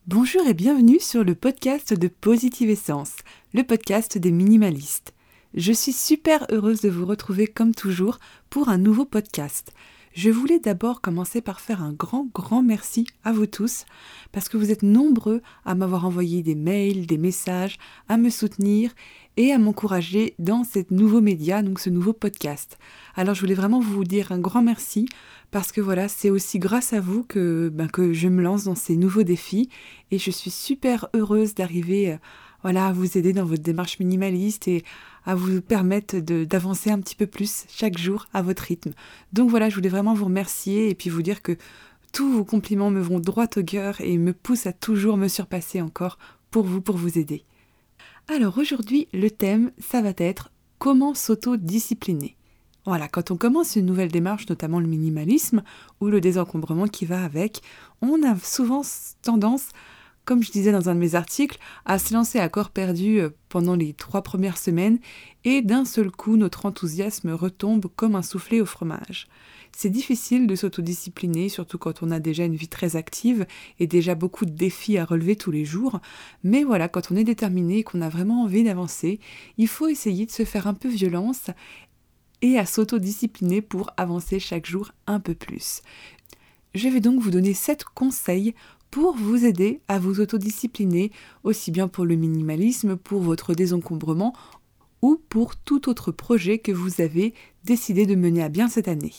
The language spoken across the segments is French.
Bonjour et bienvenue sur le podcast de Positive Essence, le podcast des minimalistes. Je suis super heureuse de vous retrouver comme toujours pour un nouveau podcast. Je voulais d'abord commencer par faire un grand merci à vous tous parce que vous êtes nombreux à m'avoir envoyé des mails, des messages, à me soutenir et à m'encourager dans ce nouveau média, donc ce nouveau podcast. Alors je voulais vraiment vous dire un grand merci parce que voilà, c'est aussi grâce à vous que je me lance dans ces nouveaux défis et je suis super heureuse d'arriver à vous aider dans votre démarche minimaliste et à vous permettre d'avancer un petit peu plus chaque jour à votre rythme. Donc voilà, je voulais vraiment vous remercier et puis vous dire que tous vos compliments me vont droit au cœur et me poussent à toujours me surpasser encore pour vous aider. Alors aujourd'hui, le thème, ça va être comment s'auto-discipliner. Voilà, quand on commence une nouvelle démarche, notamment le minimalisme ou le désencombrement qui va avec, on a souvent tendance, comme je disais dans un de mes articles, à se lancer à corps perdu pendant les 3 premières semaines et d'un seul coup, notre enthousiasme retombe comme un soufflé au fromage. C'est difficile de s'autodiscipliner, surtout quand on a déjà une vie très active et déjà beaucoup de défis à relever tous les jours. Mais voilà, quand on est déterminé et qu'on a vraiment envie d'avancer, il faut essayer de se faire un peu violence et à s'autodiscipliner pour avancer chaque jour un peu plus. Je vais donc vous donner 7 conseils pour vous aider à vous autodiscipliner, aussi bien pour le minimalisme, pour votre désencombrement ou pour tout autre projet que vous avez décidé de mener à bien cette année.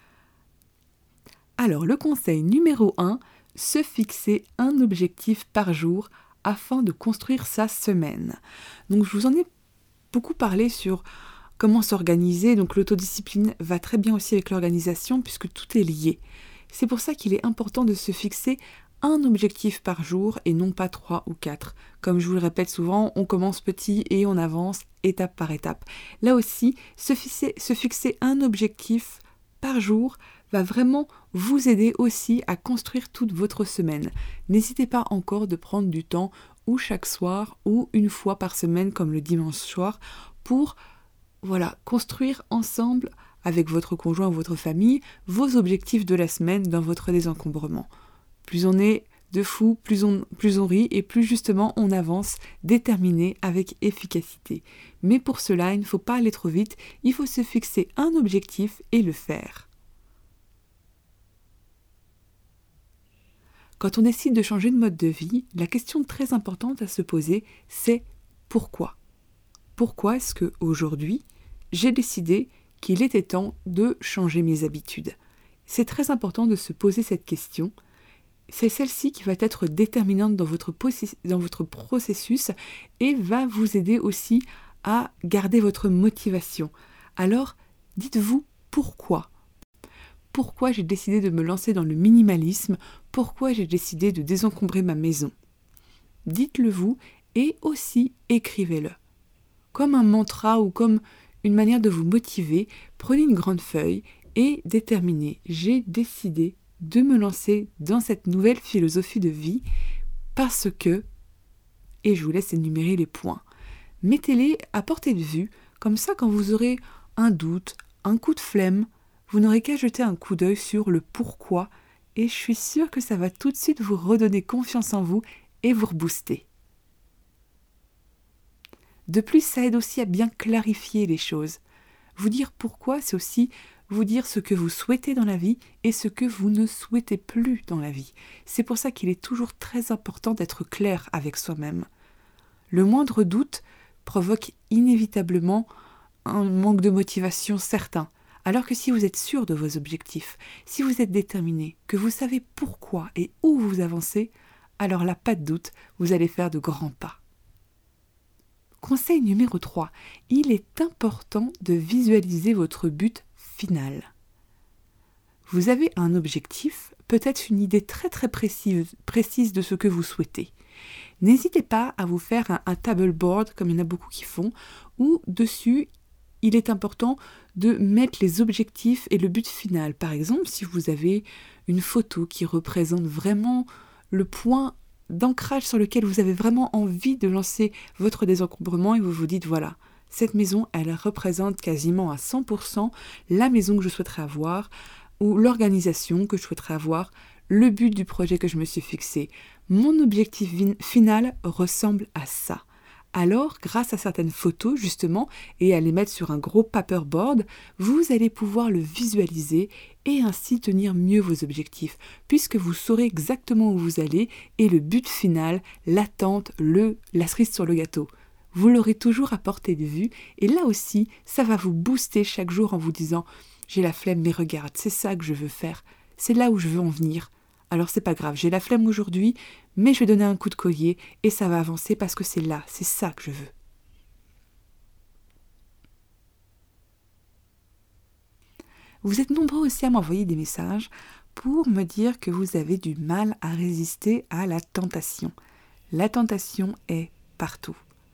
Alors le conseil numéro 1, se fixer un objectif par jour afin de construire sa semaine. Donc je vous en ai beaucoup parlé sur comment s'organiser, donc l'autodiscipline va très bien aussi avec l'organisation puisque tout est lié. C'est pour ça qu'il est important de se fixer un objectif par jour et non pas 3 ou 4. Comme je vous le répète souvent, on commence petit et on avance étape par étape. Là aussi, se fixer un objectif par jour va vraiment vous aider aussi à construire toute votre semaine. N'hésitez pas encore de prendre du temps ou chaque soir ou une fois par semaine comme le dimanche soir pour construire ensemble avec votre conjoint ou votre famille vos objectifs de la semaine dans votre désencombrement. Plus on est de fous, plus on rit et plus justement on avance déterminé avec efficacité. Mais pour cela, il ne faut pas aller trop vite, il faut se fixer un objectif et le faire. Quand on décide de changer de mode de vie, la question très importante à se poser, c'est pourquoi ? Pourquoi est-ce qu'aujourd'hui, j'ai décidé qu'il était temps de changer mes habitudes ? C'est très important de se poser cette question. C'est celle-ci qui va être déterminante dans votre processus et va vous aider aussi à garder votre motivation. Alors, dites-vous pourquoi ? Pourquoi j'ai décidé de me lancer dans le minimalisme ? Pourquoi j'ai décidé de désencombrer ma maison ? Dites-le vous et aussi écrivez-le. Comme un mantra ou comme une manière de vous motiver, prenez une grande feuille et déterminez. J'ai décidé de me lancer dans cette nouvelle philosophie de vie parce que, et je vous laisse énumérer les points, mettez-les à portée de vue, comme ça quand vous aurez un doute, un coup de flemme, vous n'aurez qu'à jeter un coup d'œil sur le pourquoi et je suis sûre que ça va tout de suite vous redonner confiance en vous et vous rebooster. De plus, ça aide aussi à bien clarifier les choses. Vous dire pourquoi, c'est aussi vous dire ce que vous souhaitez dans la vie et ce que vous ne souhaitez plus dans la vie. C'est pour ça qu'il est toujours très important d'être clair avec soi-même. Le moindre doute provoque inévitablement un manque de motivation certain. Alors que si vous êtes sûr de vos objectifs, si vous êtes déterminé, que vous savez pourquoi et où vous avancez, alors là, pas de doute, vous allez faire de grands pas. Conseil numéro 3, il est important de visualiser votre but final. Vous avez un objectif, peut-être une idée très précise de ce que vous souhaitez. N'hésitez pas à vous faire un table board, comme il y en a beaucoup qui font, où dessus, il est important de mettre les objectifs et le but final. Par exemple, si vous avez une photo qui représente vraiment le point d'ancrage sur lequel vous avez vraiment envie de lancer votre désencombrement et vous vous dites voilà, cette maison, elle représente quasiment à 100% la maison que je souhaiterais avoir ou l'organisation que je souhaiterais avoir, le but du projet que je me suis fixé, mon objectif final ressemble à ça. Alors, grâce à certaines photos, justement, et à les mettre sur un gros paperboard, vous allez pouvoir le visualiser et ainsi tenir mieux vos objectifs, puisque vous saurez exactement où vous allez et le but final, l'attente, la cerise sur le gâteau. Vous l'aurez toujours à portée de vue, et là aussi, ça va vous booster chaque jour en vous disant « J'ai la flemme, mais regarde, c'est ça que je veux faire, c'est là où je veux en venir. Alors c'est pas grave, j'ai la flemme aujourd'hui, mais je vais donner un coup de collier et ça va avancer parce que c'est là, c'est ça que je veux. » Vous êtes nombreux aussi à m'envoyer des messages pour me dire que vous avez du mal à résister à la tentation. La tentation est partout.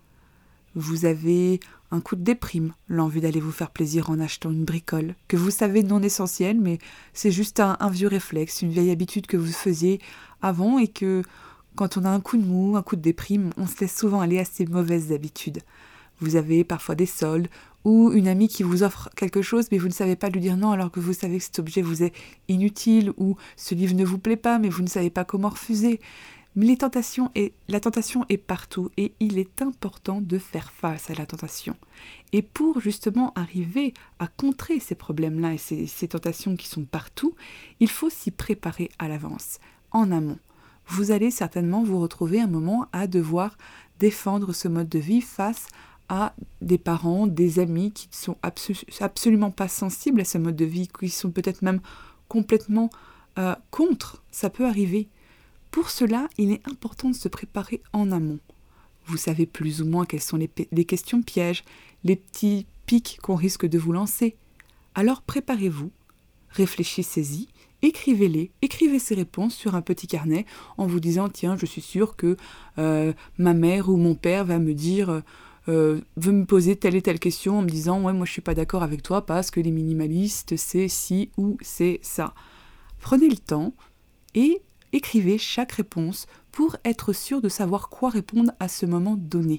Vous avez un coup de déprime, l'envie d'aller vous faire plaisir en achetant une bricole, que vous savez non essentielle, mais c'est juste un vieux réflexe, une vieille habitude que vous faisiez avant et que quand on a un coup de mou, un coup de déprime, on se laisse souvent aller à ces mauvaises habitudes. Vous avez parfois des soldes ou une amie qui vous offre quelque chose mais vous ne savez pas lui dire non alors que vous savez que cet objet vous est inutile ou ce livre ne vous plaît pas mais vous ne savez pas comment refuser. Mais la tentation est partout et il est important de faire face à la tentation. Et pour justement arriver à contrer ces problèmes-là et ces tentations qui sont partout, il faut s'y préparer à l'avance, en amont. Vous allez certainement vous retrouver un moment à devoir défendre ce mode de vie face à des parents, des amis qui ne sont absolument pas sensibles à ce mode de vie, qui sont peut-être même complètement contre. Ça peut arriver. Pour cela, il est important de se préparer en amont. Vous savez plus ou moins quelles sont les questions pièges, les petits pics qu'on risque de vous lancer. Alors préparez-vous, réfléchissez-y, écrivez ces réponses sur un petit carnet en vous disant « Tiens, je suis sûre que ma mère ou mon père va me dire, veut me poser telle et telle question en me disant « Ouais, moi je suis pas d'accord avec toi parce que les minimalistes, c'est ci ou c'est ça. » Prenez le temps et écrivez chaque réponse pour être sûr de savoir quoi répondre à ce moment donné.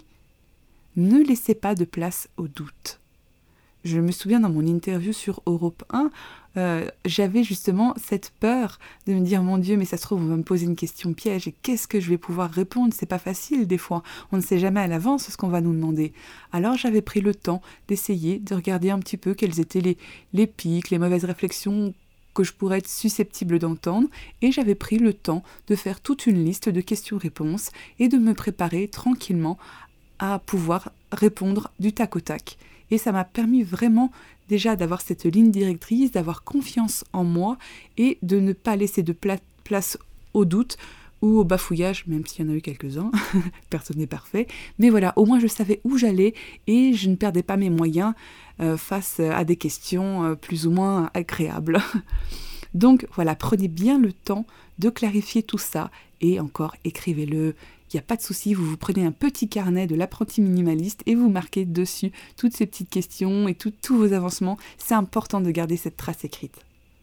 Ne laissez pas de place au doute. Je me souviens dans mon interview sur Europe 1, j'avais justement cette peur de me dire « Mon Dieu, mais ça se trouve, on va me poser une question piège et qu'est-ce que je vais pouvoir répondre ?» C'est pas facile des fois, on ne sait jamais à l'avance ce qu'on va nous demander. Alors j'avais pris le temps d'essayer de regarder un petit peu quels étaient les pics, les mauvaises réflexions que je pourrais être susceptible d'entendre, et j'avais pris le temps de faire toute une liste de questions-réponses et de me préparer tranquillement à pouvoir répondre du tac au tac. Et ça m'a permis vraiment déjà d'avoir cette ligne directrice, d'avoir confiance en moi et de ne pas laisser de place au doute ou au bafouillage, même s'il y en a eu quelques-uns, personne n'est parfait. Mais voilà, au moins je savais où j'allais et je ne perdais pas mes moyens face à des questions plus ou moins agréables. Donc voilà, prenez bien le temps de clarifier tout ça et encore écrivez-le. Il n'y a pas de souci, vous prenez un petit carnet de l'apprenti minimaliste et vous marquez dessus toutes ces petites questions et tous vos avancements. C'est important de garder cette trace écrite.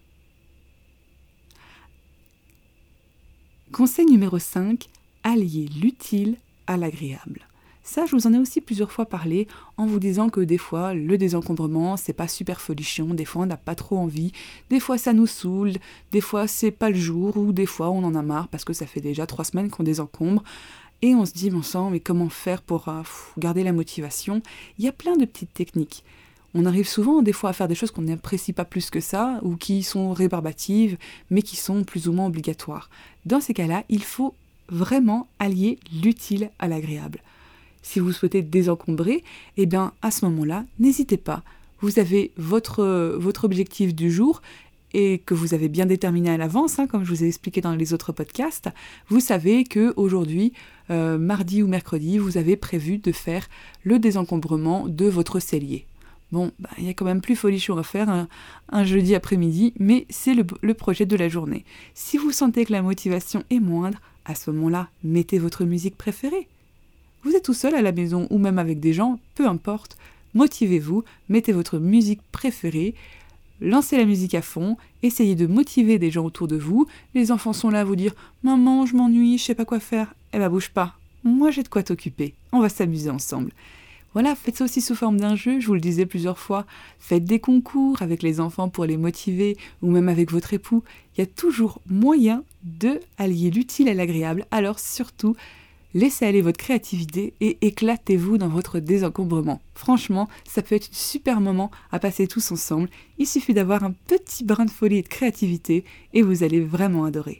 Conseil numéro 5, allier l'utile à l'agréable. Ça, je vous en ai aussi plusieurs fois parlé en vous disant que des fois, le désencombrement, c'est pas super folichon, des fois on n'a pas trop envie, des fois ça nous saoule, des fois c'est pas le jour, ou des fois on en a marre parce que ça fait déjà 3 semaines qu'on désencombre, et on se dit, bon sang, mais comment faire pour garder la motivation ? Il y a plein de petites techniques. On arrive souvent des fois à faire des choses qu'on n'apprécie pas plus que ça, ou qui sont rébarbatives, mais qui sont plus ou moins obligatoires. Dans ces cas-là, il faut vraiment allier l'utile à l'agréable. Si vous souhaitez désencombrer, eh bien à ce moment-là, n'hésitez pas. Vous avez votre objectif du jour et que vous avez bien déterminé à l'avance, comme je vous ai expliqué dans les autres podcasts. Vous savez qu'aujourd'hui, mardi ou mercredi, vous avez prévu de faire le désencombrement de votre cellier. Bon, il y a quand même plus folichon à faire un jeudi après-midi, mais c'est le projet de la journée. Si vous sentez que la motivation est moindre, à ce moment-là, mettez votre musique préférée. Vous êtes tout seul à la maison ou même avec des gens, peu importe, motivez-vous, mettez votre musique préférée, lancez la musique à fond, essayez de motiver des gens autour de vous. Les enfants sont là à vous dire « Maman, je m'ennuie, je sais pas quoi faire. » Eh ben bouge pas, moi j'ai de quoi t'occuper, on va s'amuser ensemble. Voilà, faites ça aussi sous forme d'un jeu, je vous le disais plusieurs fois. Faites des concours avec les enfants pour les motiver, ou même avec votre époux. Il y a toujours moyen de allier l'utile à l'agréable, alors surtout, laissez aller votre créativité et éclatez-vous dans votre désencombrement. Franchement, ça peut être un super moment à passer tous ensemble. Il suffit d'avoir un petit brin de folie et de créativité et vous allez vraiment adorer.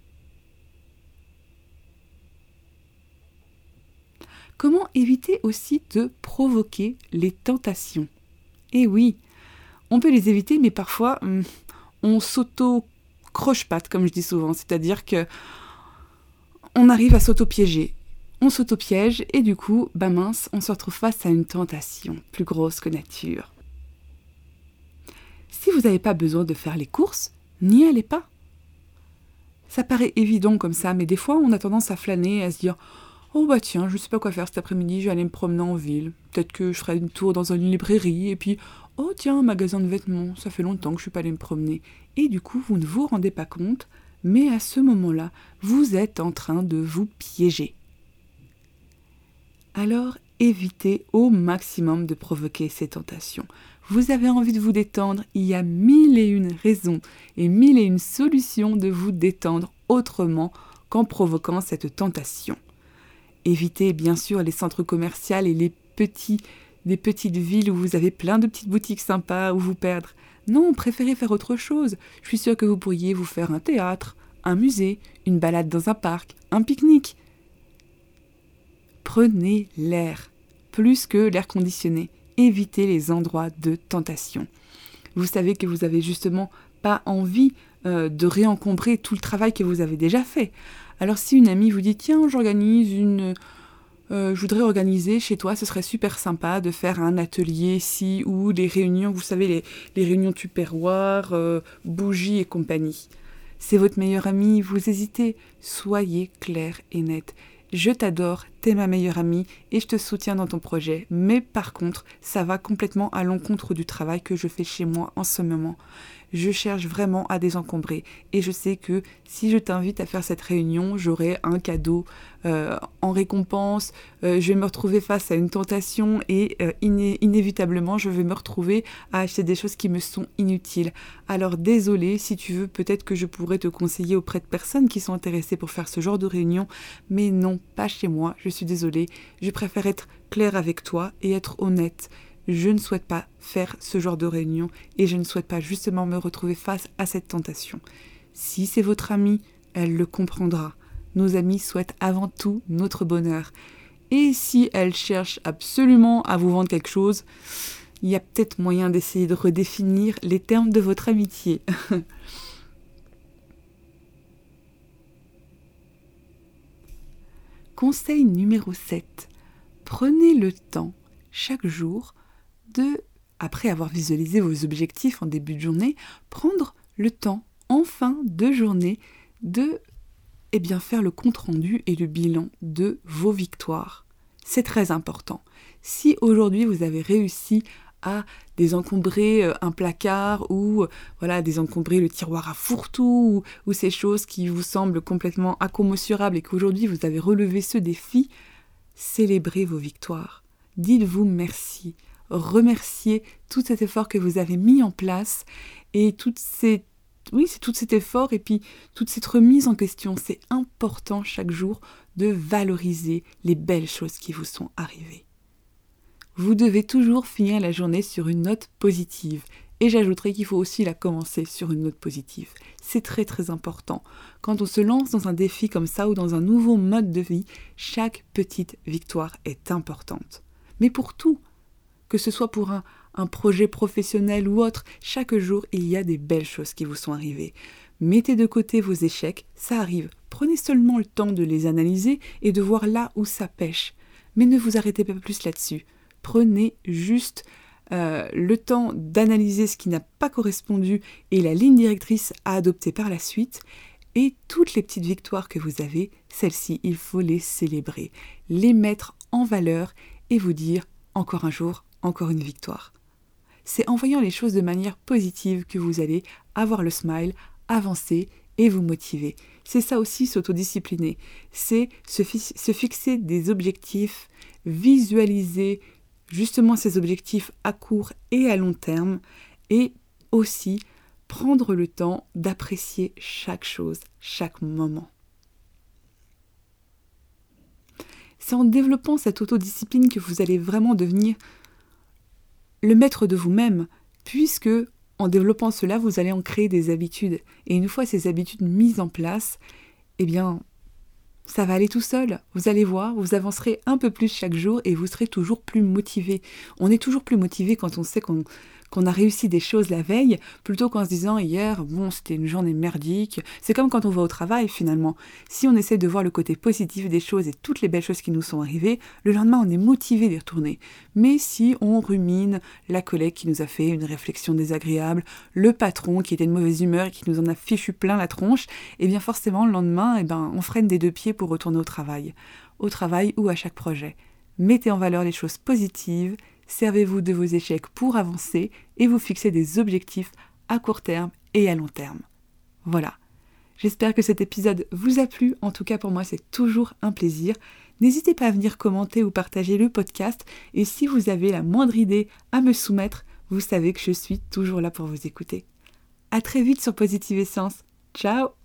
Comment éviter aussi de provoquer les tentations ? Eh oui, on peut les éviter, mais parfois, on s'auto-croche-patte, comme je dis souvent. C'est-à-dire que on arrive à s'auto-piéger. On s'auto-piège et du coup, mince, on se retrouve face à une tentation plus grosse que nature. Si vous n'avez pas besoin de faire les courses, n'y allez pas. Ça paraît évident comme ça, mais des fois, on a tendance à flâner, à se dire « Oh tiens, je ne sais pas quoi faire cet après-midi, je vais aller me promener en ville. Peut-être que je ferai une tour dans une librairie, et puis « Oh tiens, un magasin de vêtements, ça fait longtemps que je ne suis pas allée me promener. » Et du coup, vous ne vous rendez pas compte, mais à ce moment-là, vous êtes en train de vous piéger. Alors, évitez au maximum de provoquer ces tentations. Vous avez envie de vous détendre, il y a 1001 raisons et 1001 solutions de vous détendre autrement qu'en provoquant cette tentation. Évitez bien sûr les centres commerciaux et les petites villes où vous avez plein de petites boutiques sympas où vous perdre. Non, préférez faire autre chose. Je suis sûre que vous pourriez vous faire un théâtre, un musée, une balade dans un parc, un pique-nique. Prenez l'air, plus que l'air conditionné. Évitez les endroits de tentation. Vous savez que vous n'avez justement pas envie de réencombrer tout le travail que vous avez déjà fait. Alors si une amie vous dit « Tiens, je voudrais organiser chez toi, ce serait super sympa de faire un atelier ici ou des réunions, vous savez, les réunions tupperware, bougies et compagnie. » C'est votre meilleure amie, vous hésitez, soyez clair et net. Je t'adore, t'es ma meilleure amie et je te soutiens dans ton projet. Mais par contre, ça va complètement à l'encontre du travail que je fais chez moi en ce moment. Je cherche vraiment à désencombrer et je sais que si je t'invite à faire cette réunion, j'aurai un cadeau en récompense. Je vais me retrouver face à une tentation et inévitablement, je vais me retrouver à acheter des choses qui me sont inutiles. Alors désolé, si tu veux, peut-être que je pourrais te conseiller auprès de personnes qui sont intéressées pour faire ce genre de réunion, mais non, pas chez moi, je suis désolée. Je préfère être claire avec toi et être honnête. Je ne souhaite pas faire ce genre de réunion et je ne souhaite pas justement me retrouver face à cette tentation. Si c'est votre amie, elle le comprendra. Nos amis souhaitent avant tout notre bonheur. Et si elle cherche absolument à vous vendre quelque chose, il y a peut-être moyen d'essayer de redéfinir les termes de votre amitié. Conseil numéro 7. Prenez le temps, chaque jour, après avoir visualisé vos objectifs en début de journée, prendre le temps, en fin de journée, de faire le compte-rendu et le bilan de vos victoires. C'est très important. Si aujourd'hui vous avez réussi à désencombrer un placard ou désencombrer le tiroir à fourre-tout ou ces choses qui vous semblent complètement incommensurables et qu'aujourd'hui vous avez relevé ce défi, célébrez vos victoires. Dites-vous merci. Remerciez tout cet effort que vous avez mis en place et c'est tout cet effort et puis toute cette remise en question. C'est important chaque jour de valoriser les belles choses qui vous sont arrivées. Vous devez toujours finir la journée sur une note positive. Et j'ajouterai qu'il faut aussi la commencer sur une note positive. C'est très très important. Quand on se lance dans un défi comme ça ou dans un nouveau mode de vie, chaque petite victoire est importante. Mais pour tout, que ce soit pour un projet professionnel ou autre, chaque jour, il y a des belles choses qui vous sont arrivées. Mettez de côté vos échecs, ça arrive. Prenez seulement le temps de les analyser et de voir là où ça pêche. Mais ne vous arrêtez pas plus là-dessus. Prenez juste le temps d'analyser ce qui n'a pas correspondu et la ligne directrice à adopter par la suite. Et toutes les petites victoires que vous avez, celles-ci, il faut les célébrer, les mettre en valeur et vous dire encore un jour, encore une victoire. C'est en voyant les choses de manière positive que vous allez avoir le smile, avancer et vous motiver. C'est ça aussi s'autodiscipliner. C'est se fixer des objectifs, visualiser justement ces objectifs à court et à long terme et aussi prendre le temps d'apprécier chaque chose, chaque moment. C'est en développant cette autodiscipline que vous allez vraiment devenir le maître de vous-même, puisque en développant cela, vous allez en créer des habitudes. Et une fois ces habitudes mises en place, eh bien, ça va aller tout seul. Vous allez voir, vous avancerez un peu plus chaque jour et vous serez toujours plus motivé. On est toujours plus motivé quand on sait qu'on a réussi des choses la veille, plutôt qu'en se disant hier, bon, c'était une journée merdique. C'est comme quand on va au travail finalement. Si on essaie de voir le côté positif des choses et toutes les belles choses qui nous sont arrivées, le lendemain on est motivé d'y retourner. Mais si on rumine la collègue qui nous a fait une réflexion désagréable, le patron qui était de mauvaise humeur et qui nous en a fichu plein la tronche, eh bien forcément le lendemain, on freine des deux pieds pour retourner au travail ou à chaque projet. Mettez en valeur les choses positives, servez-vous de vos échecs pour avancer et vous fixez des objectifs à court terme et à long terme. Voilà. J'espère que cet épisode vous a plu. En tout cas, pour moi, c'est toujours un plaisir. N'hésitez pas à venir commenter ou partager le podcast. Et si vous avez la moindre idée à me soumettre, vous savez que je suis toujours là pour vous écouter. À très vite sur Positive Essence. Ciao!